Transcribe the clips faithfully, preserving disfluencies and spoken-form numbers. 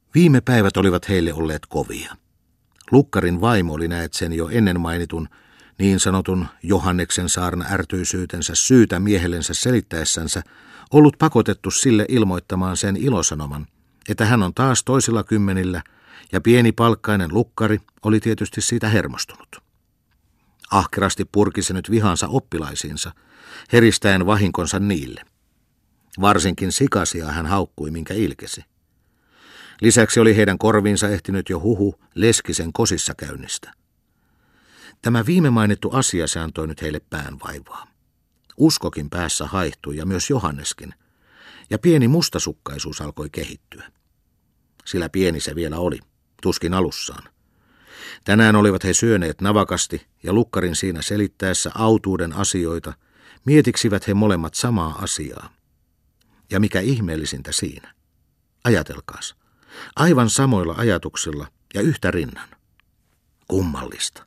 Viime päivät olivat heille olleet kovia. Lukkarin vaimo oli näet sen jo ennen mainitun niin sanotun Johanneksen saarna ärtyisyytensä syytä miehellensä selittäessänsä ollut pakotettu sille ilmoittamaan sen ilosanoman, että hän on taas toisilla kymmenillä ja pieni palkkainen lukkari oli tietysti siitä hermostunut. Ahkerasti purki se nyt vihansa oppilaisiinsa, heristäen vahinkonsa niille. Varsinkin sikasia hän haukkui, minkä ilkesi. Lisäksi oli heidän korviinsa ehtinyt jo huhu Leskisen kosissa käynnistä. Tämä viime mainittu asia se antoi nyt heille päänvaivaa. Uskokin päässä haihtui ja myös Johanneskin, ja pieni mustasukkaisuus alkoi kehittyä. Sillä pieni se vielä oli, tuskin alussaan. Tänään olivat he syöneet navakasti ja lukkarin siinä selittäessä autuuden asioita mietiksivät he molemmat samaa asiaa. Ja mikä ihmeellisintä siinä? Ajatelkaas, aivan samoilla ajatuksilla ja yhtä rinnan. Kummallista.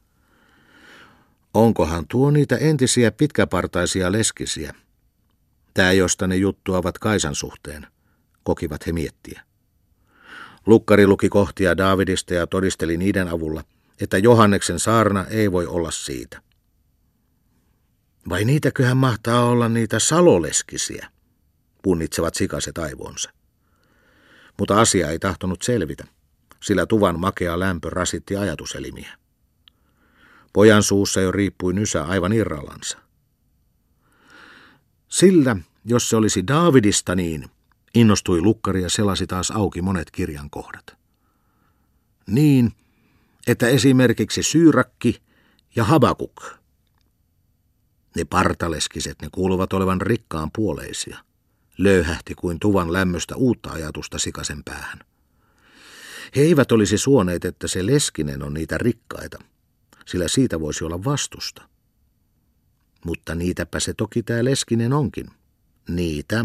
Onkohan tuo niitä entisiä pitkäpartaisia leskisiä? Tää josta ne juttuavat Kaisan suhteen, kokivat he miettiä. Lukkari luki kohtia Daavidista ja todisteli niiden avulla, että Johanneksen saarna ei voi olla siitä. Vai niitäköhän mahtaa olla niitä saloleskisiä, punnitsevat sikaset aivoonsa. Mutta asia ei tahtonut selvitä, sillä tuvan makea lämpö rasitti ajatuselimiä. Pojan suussa jo riippui nysä aivan irrallansa. Sillä, jos se olisi Daavidista niin, innostui lukkari ja selasi taas auki monet kirjan kohdat. Niin, että esimerkiksi Syyrakki ja Habakuk. Ne partaleskiset, ne kuuluvat olevan rikkaan puoleisia. Löyhähti kuin tuvan lämmöstä uutta ajatusta sikasen päähän. He eivät olisi suoneet, että se leskinen on niitä rikkaita, sillä siitä voisi olla vastusta. Mutta niitäpä se toki tämä leskinen onkin. Niitä.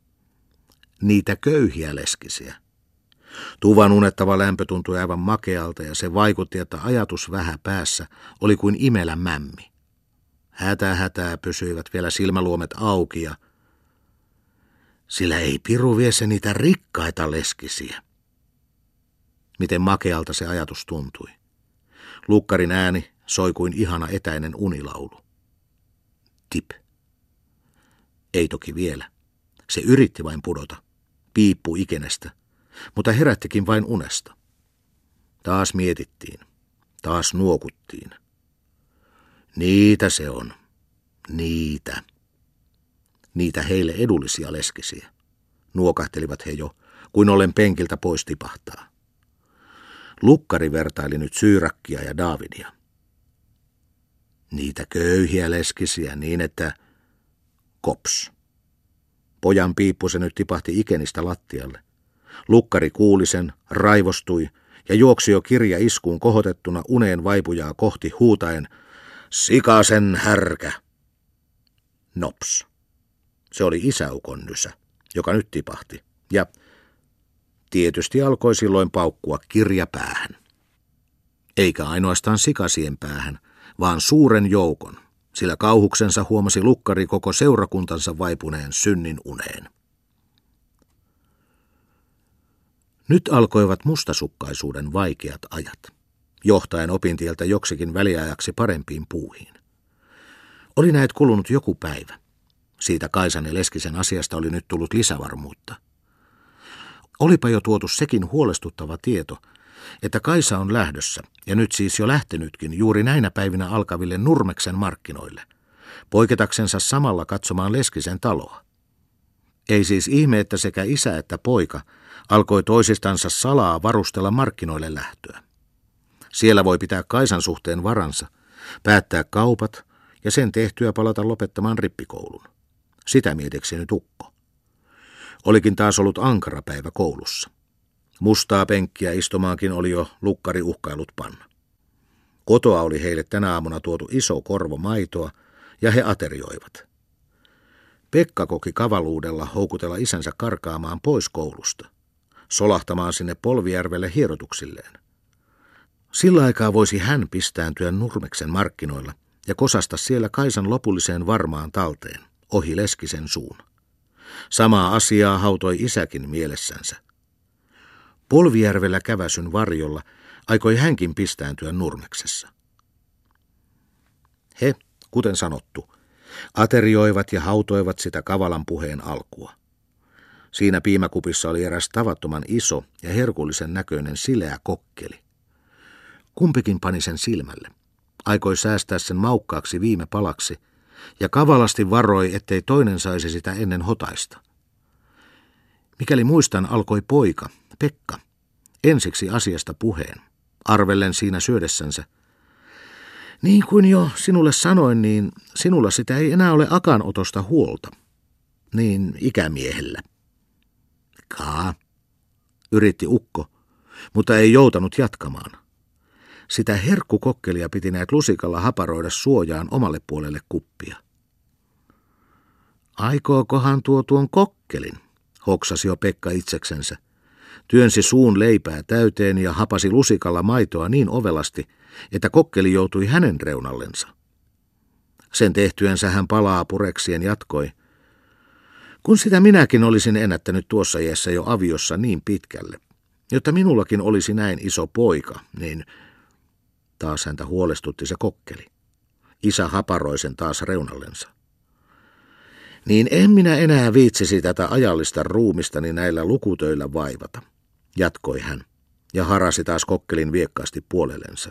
Niitä köyhiä leskisiä. Tuvan unettava lämpö tuntui aivan makealta ja se vaikutti, että ajatus vähä päässä oli kuin imelä mämmi. Hätää hätää pysyivät vielä silmäluomet auki ja sillä ei piru vie se niitä rikkaita leskisiä. Miten makealta se ajatus tuntui. Lukkarin ääni soi kuin ihana etäinen unilaulu. Tip. Ei toki vielä. Se yritti vain pudota. Piippu ikenestä, mutta herättikin vain unesta. Taas mietittiin. Taas nuokuttiin. Niitä se on. Niitä. Niitä heille edullisia leskisiä. Nuokahtelivat he jo, kuin ollen penkiltä pois tipahtaa. Lukkari vertaili nyt Syyrakkia ja Daavidia. Niitä köyhiä leskisiä niin, että kops. Pojan piippu se nyt tipahti ikenistä lattialle. Lukkari kuuli sen, raivostui ja juoksi jo kirja iskuun kohotettuna uneen vaipujaa kohti huutaen, sikasen härkä. Nops. Se oli isäukon nysä, joka nyt tipahti, ja tietysti alkoi silloin paukkua kirja päähän. Eikä ainoastaan sikasien päähän, vaan suuren joukon, sillä kauhuksensa huomasi lukkari koko seurakuntansa vaipuneen synnin uneen. Nyt alkoivat mustasukkaisuuden vaikeat ajat, johtaen opintieltä joksikin väliajaksi parempiin puuhiin. Oli näet kulunut joku päivä. Siitä Kaisan ja Leskisen asiasta oli nyt tullut lisävarmuutta. Olipa jo tuotu sekin huolestuttava tieto, että Kaisa on lähdössä, ja nyt siis jo lähtenytkin juuri näinä päivinä alkaville Nurmeksen markkinoille, poiketaksensa samalla katsomaan Leskisen taloa. Ei siis ihme, että sekä isä että poika alkoi toisistansa salaa varustella markkinoille lähtöä. Siellä voi pitää Kaisan suhteen varansa, päättää kaupat ja sen tehtyä palata lopettamaan rippikoulun. Sitä mietiksi nyt ukko. Olikin taas ollut ankara päivä koulussa. Mustaa penkkiä istumaankin oli jo lukkari uhkailut panna. Kotoa oli heille tänä aamuna tuotu iso korvo maitoa ja he aterioivat. Pekka koki kavaluudella houkutella isänsä karkaamaan pois koulusta, solahtamaan sinne Polvijärvelle hierotuksilleen. Sillä aikaa voisi hän pistääntyä Nurmeksen markkinoilla ja kosasta siellä Kaisan lopulliseen varmaan talteen, ohi Leskisen suun. Samaa asiaa hautoi isäkin mielessänsä. Polvijärvellä käväsyn varjolla aikoi hänkin pistääntyä Nurmeksessa. He, kuten sanottu, aterioivat ja hautoivat sitä kavalan puheen alkua. Siinä piimäkupissa oli eräs tavattoman iso ja herkullisen näköinen sileä kokkeli. Kumpikin pani sen silmälle, aikoi säästää sen maukkaaksi viime palaksi ja kavalasti varoi, ettei toinen saisi sitä ennen hotaista. Mikäli muistan, alkoi poika, Pekka, ensiksi asiasta puheen, arvellen siinä syödessänsä. Niin kuin jo sinulle sanoin, niin sinulla sitä ei enää ole akanotosta huolta. Niin ikämiehellä. Kaa, yritti ukko, mutta ei joutanut jatkamaan. Sitä herkkukokkelia piti näet lusikalla haparoida suojaan omalle puolelle kuppia. Aikookohan tuo tuon kokkelin, hoksasi jo Pekka itseksensä. Työnsi suun leipää täyteen ja hapasi lusikalla maitoa niin ovelasti, että kokkeli joutui hänen reunallensa. Sen tehtyensä hän palaa pureksien jatkoi. Kun sitä minäkin olisin ennättänyt tuossa iässä jo aviossa niin pitkälle, jotta minullakin olisi näin iso poika, niin taas häntä huolestutti se kokkeli. Isä haparoi sen taas reunallensa. Niin en minä enää viitsisi tätä ajallista ruumistani näillä lukutöillä vaivata, jatkoi hän ja harasi taas kokkelin viekkaasti puolellensa.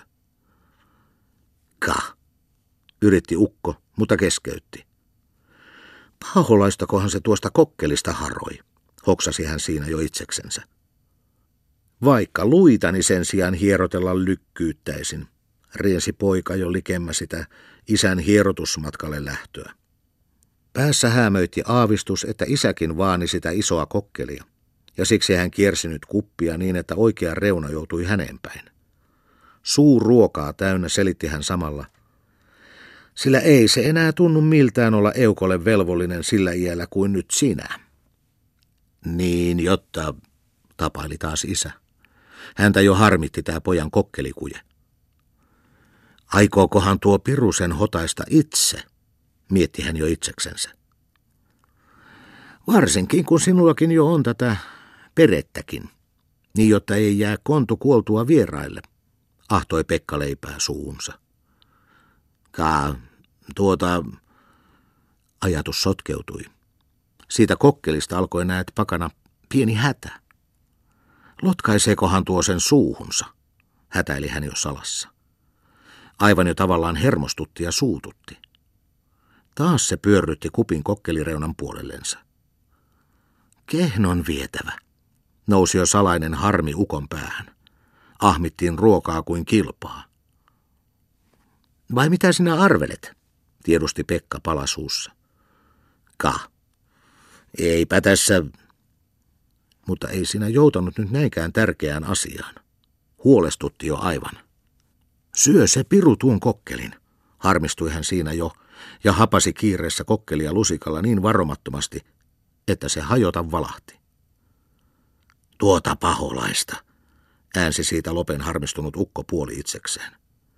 Ka, yritti ukko, mutta keskeytti. Paholaistakohan se tuosta kokkelista haroi, hoksasi hän siinä jo itseksensä. Vaikka luitani sen sijaan hierotella lykkyyttäisin, riensi poika jo likemmä sitä isän hierotusmatkalle lähtöä. Päässä häämöitti aavistus, että isäkin vaani sitä isoa kokkelia, ja siksi hän kiersi nyt kuppia niin, että oikea reuna joutui häneen päin. Suu ruokaa täynnä selitti hän samalla. Sillä ei se enää tunnu miltään olla Eukolle velvollinen sillä iällä kuin nyt sinä. Niin, jotta, tapaili taas isä. Häntä jo harmitti tämä pojan kokkelikuje. Aikookohan tuo pirusen hotaista itse, mietti hän jo itseksensä. Varsinkin kun sinullakin jo on tätä perettäkin, niin jotta ei jää kontu kuoltua vieraille, ahtoi Pekka leipää suunsa. Kaa, tuota, ajatus sotkeutui. Siitä kokkelista alkoi näet pakana pieni hätä. Lotkaiseekohan tuo sen suuhunsa, hätäili hän jo salassa. Aivan jo tavallaan hermostutti ja suututti. Taas se pyörrytti kupin kokkelireunan puolellensa. Kehnon vietävä, nousi jo salainen harmi ukon päähän. Ahmittiin ruokaa kuin kilpaa. Vai mitä sinä arvelet, tiedusti Pekka palasuussa. Ka, eipä tässä, mutta ei sinä joutanut nyt näinkään tärkeään asiaan. Huolestutti jo aivan. Syö se piru tuon kokkelin, harmistui hän siinä jo, ja hapasi kiireessä kokkelia lusikalla niin varomattomasti, että se hajota valahti. Tuota paholaista, äänsi siitä lopen harmistunut ukko puoli itsekseen.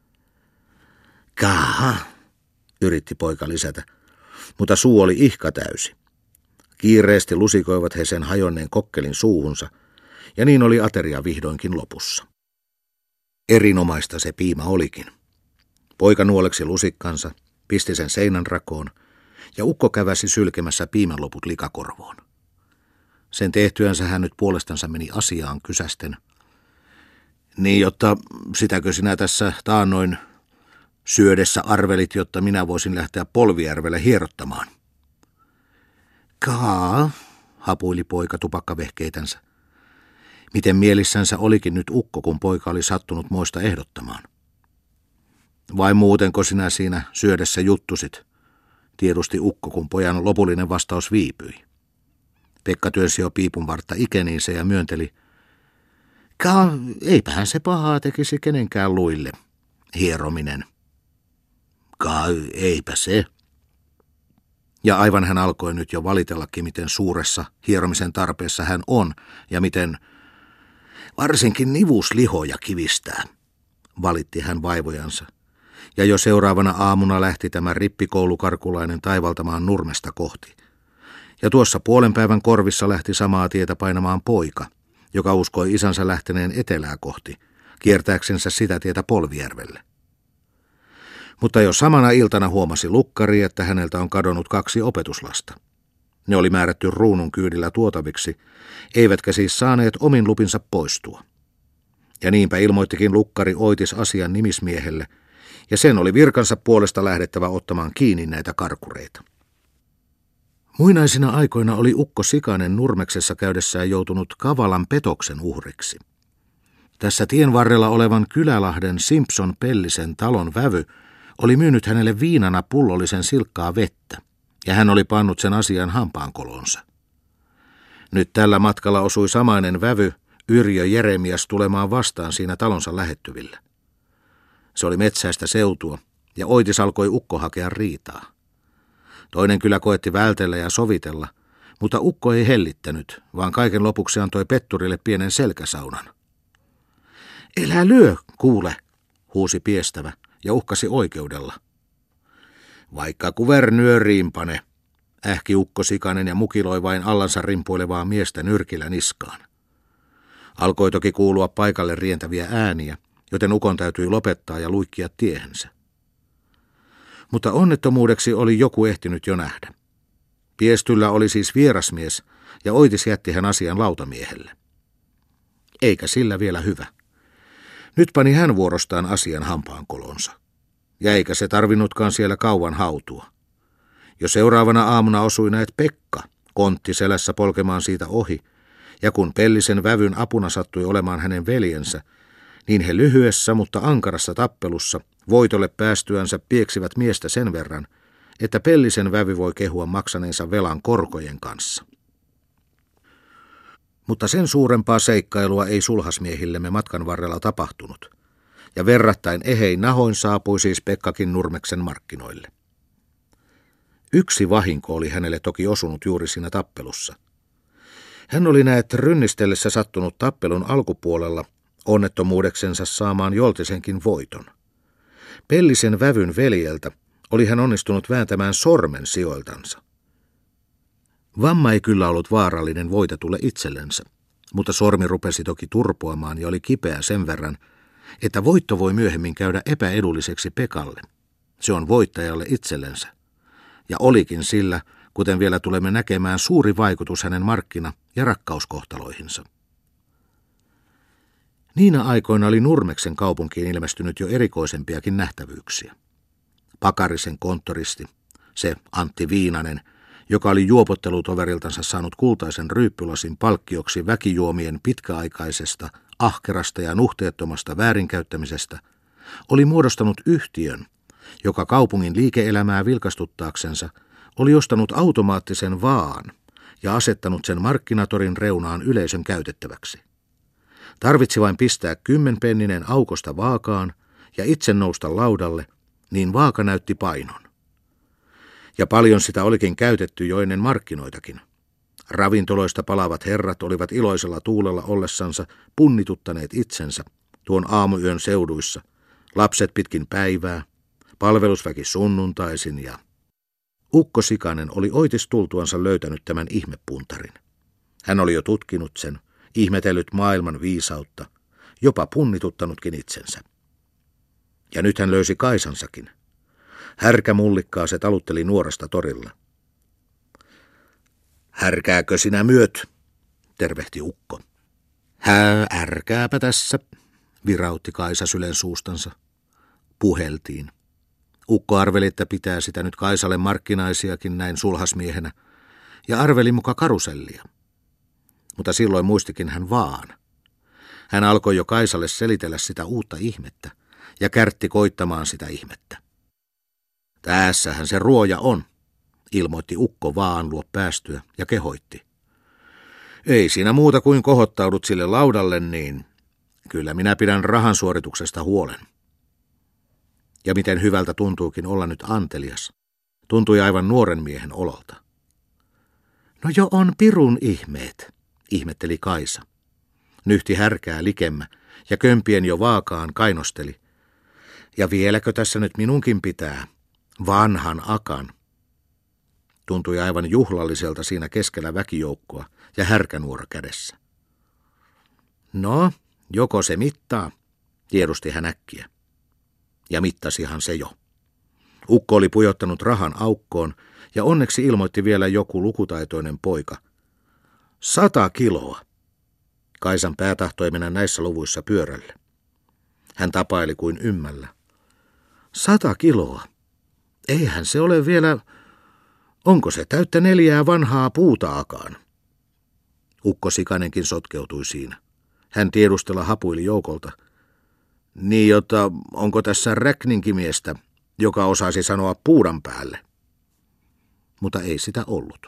Kaha, yritti poika lisätä, mutta suu oli ihka täysi. Kiireesti lusikoivat he sen hajonneen kokkelin suuhunsa, ja niin oli ateria vihdoinkin lopussa. Erinomaista se piima olikin. Poika nuoleksi lusikkansa, pisti sen seinän rakoon, ja ukko käväsi sylkemässä piimän loput likakorvoon. Sen tehtyänsä hän nyt puolestansa meni asiaan kysästen. Niin, jotta sitäkö sinä tässä taannoin syödessä arvelit, jotta minä voisin lähteä Polvijärvelle hierottamaan. Kaa, hapuili poika tupakkavehkeitänsä. Miten mielissänsä olikin nyt ukko, kun poika oli sattunut moista ehdottamaan. Vai muutenko sinä siinä syödessä juttusit, tiedusti ukko, kun pojan lopullinen vastaus viipyi. Pekka työnsi jo piipun vartta ikeniinsä ja myönteli. Kaa, eipähän se pahaa tekisi kenenkään luille, hierominen. Kaa, eipä se. Ja aivan hän alkoi nyt jo valitellakin, miten suuressa hieromisen tarpeessa hän on, ja miten varsinkin nivuslihoja kivistää, valitti hän vaivojansa. Ja jo seuraavana aamuna lähti tämä rippikoulukarkulainen taivaltamaan Nurmesta kohti. Ja tuossa puolen päivän korvissa lähti samaa tietä painamaan poika, joka uskoi isänsä lähteneen etelää kohti, kiertääksensä sitä tietä Polvijärvelle. Mutta jo samana iltana huomasi lukkari, että häneltä on kadonnut kaksi opetuslasta. Ne oli määrätty ruunun kyydillä tuotaviksi, eivätkä siis saaneet omin lupinsa poistua. Ja niinpä ilmoittikin lukkari Oitis asian nimismiehelle, ja sen oli virkansa puolesta lähdettävä ottamaan kiinni näitä karkureita. Muinaisina aikoina oli ukko Sikanen Nurmeksessa käydessään joutunut kavalan petoksen uhriksi. Tässä tien varrella olevan Kylälahden Simpson Pellisen talon vävy oli myynyt hänelle viinana pullollisen silkkaa vettä, ja hän oli pannut sen asian hampaankolonsa. Nyt tällä matkalla osui samainen vävy Yrjö Jeremias tulemaan vastaan siinä talonsa lähettyvillä. Se oli metsäistä seutua, ja Oitis alkoi ukko hakea riitaa. Toinen kyllä koetti vältellä ja sovitella, mutta ukko ei hellittänyt, vaan kaiken lopuksi antoi petturille pienen selkäsaunan. Elä lyö, kuule, huusi piestävä ja uhkasi oikeudella. Vaikka kuvernööriin pane, ähki ukko Sikanen ja mukiloi vain allansa rimpuilevaa miestä nyrkillä niskaan. Alkoi toki kuulua paikalle rientäviä ääniä, joten ukon täytyi lopettaa ja luikkia tiehensä. Mutta onnettomuudeksi oli joku ehtinyt jo nähdä. Piestyllä oli siis vierasmies, ja Oitis jätti hän asian lautamiehelle. Eikä sillä vielä hyvä. Nyt pani hän vuorostaan asian hampaankolonsa. Ja eikä se tarvinnutkaan siellä kauan hautua. Jo seuraavana aamuna osui näet Pekka, kontti selässä polkemaan siitä ohi, ja kun Pellisen vävyn apuna sattui olemaan hänen veljensä, niin he lyhyessä, mutta ankarassa tappelussa voitolle päästyänsä pieksivät miestä sen verran, että Pellisen vävy voi kehua maksaneensa velan korkojen kanssa. Mutta sen suurempaa seikkailua ei sulhasmiehillemme matkan varrella tapahtunut, ja verrattain ehein nahoin saapui siis Pekkakin Nurmeksen markkinoille. Yksi vahinko oli hänelle toki osunut juuri siinä tappelussa. Hän oli näet rynnistellessä sattunut tappelun alkupuolella onnettomuudeksensa saamaan joltisenkin voiton. Pellisen vävyn veljeltä oli hän onnistunut vääntämään sormen sijoiltansa. Vamma ei kyllä ollut vaarallinen voitetulle itsellensä, mutta sormi rupesi toki turpoamaan ja oli kipeä sen verran, että voitto voi myöhemmin käydä epäedulliseksi Pekalle. Se on voittajalle itsellensä. Ja olikin sillä, kuten vielä tulemme näkemään, suuri vaikutus hänen markkina- ja rakkauskohtaloihinsa. Niinä aikoina oli Nurmeksen kaupunkiin ilmestynyt jo erikoisempiakin nähtävyyksiä. Pakarisen konttoristi, se Antti Viinanen, joka oli juopottelutoveriltansa saanut kultaisen ryyppylasin palkkioksi väkijuomien pitkäaikaisesta, ahkerasta ja nuhteettomasta väärinkäyttämisestä, oli muodostanut yhtiön, joka kaupungin liike-elämää vilkastuttaaksensa oli ostanut automaattisen vaan ja asettanut sen markkinatorin reunaan yleisön käytettäväksi. Tarvitsi vain pistää kymmenpenninen aukosta vaakaan ja itse nousta laudalle, niin vaaka näytti painon. Ja paljon sitä olikin käytetty jo ennen markkinoitakin. Ravintoloista palaavat herrat olivat iloisella tuulella ollessansa punnituttaneet itsensä tuon aamuyön seuduissa, lapset pitkin päivää, palvelusväki sunnuntaisin ja... Ukko Sikanen oli Oitis tultuansa löytänyt tämän ihmepuntarin. Hän oli jo tutkinut sen, ihmetellyt maailman viisautta, jopa punnituttanutkin itsensä. Ja nyt hän löysi Kaisansakin. Härkä mullikkaa se talutteli nuorasta torilla. Härkääkö sinä myöt? Tervehti ukko. Hää, ärkääpä tässä, virautti Kaisa Sylen suustansa. Puheltiin. Ukko arveli, että pitää sitä nyt Kaisalle markkinaisiakin näin sulhasmiehenä, ja arveli muka karusellia. Mutta silloin muistikin hän vaan. Hän alkoi jo Kaisalle selitellä sitä uutta ihmettä, ja kärtti koittamaan sitä ihmettä. Tässähän se ruoja on, ilmoitti ukko vaan luo päästyä ja kehoitti. Ei siinä muuta kuin kohottaudut sille laudalle, niin kyllä minä pidän rahan suorituksesta huolen. Ja miten hyvältä tuntuukin olla nyt antelias. Tuntui aivan nuoren miehen ololta. No jo on pirun ihmeet, ihmetteli Kaisa. Nyhti härkää likemmä ja kömpien jo vaakaan kainosteli. Ja vieläkö tässä nyt minunkin pitää? Vanhan akan. Tuntui aivan juhlalliselta siinä keskellä väkijoukkoa ja härkänuora kädessä. No, joko se mittaa, tiedusti hän äkkiä. Ja mittasihan se jo. Ukko oli pujottanut rahan aukkoon, ja onneksi ilmoitti vielä joku lukutaitoinen poika. Sata kiloa. Kaisan pää tahtoi mennä näissä luvuissa pyörälle. Hän tapaili kuin ymmällä. Sata kiloa. Eihän se ole vielä... Onko se täyttä neljää vanhaa puutaakaan? Ukko Sikanenkin sotkeutui siinä. Hän tiedustella hapuili joukolta. Niin, jotta onko tässä räkninkimiestä, joka osaisi sanoa puudan päälle? Mutta ei sitä ollut.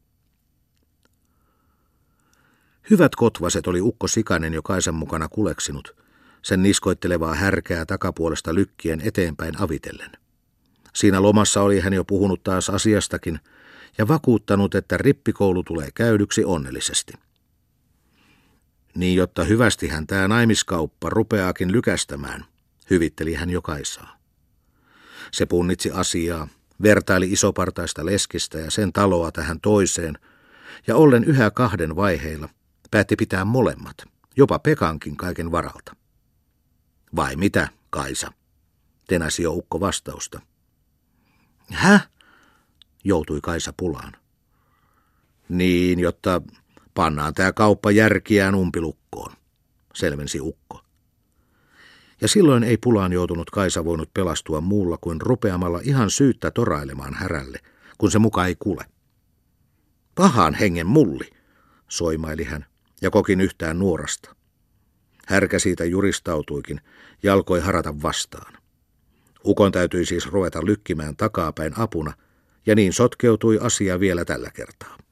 Hyvät kotvaset oli Ukko Sikanen jo Kaisan mukana kuleksinut, sen niskoittelevaa härkää takapuolesta lykkien eteenpäin avitellen. Siinä lomassa oli hän jo puhunut taas asiastakin ja vakuuttanut, että rippikoulu tulee käydyksi onnellisesti. Niin, jotta hyvästi hän tämä naimiskauppa rupeaakin lykästämään, hyvitteli hän jo Kaisaa. Se punnitsi asiaa, vertaili isopartaista leskistä ja sen taloa tähän toiseen, ja ollen yhä kahden vaiheilla päätti pitää molemmat, jopa Pekankin kaiken varalta. Vai mitä, Kaisa? Tenäsi jo Ukko vastausta. Häh? Joutui Kaisa pulaan. Niin, jotta pannaan tämä kauppa järkiään umpilukkoon, selvensi Ukko. Ja silloin ei pulaan joutunut Kaisa voinut pelastua muulla kuin rupeamalla ihan syyttä torailemaan härälle, kun se muka ei kule. Pahan hengen mulli, soimaili hän ja kokin yhtään nuorasta. Härkä siitä juristautuikin ja alkoi harata vastaan. Ukon täytyi siis ruveta lykkimään takapäin apuna, ja niin sotkeutui asia vielä tällä kertaa.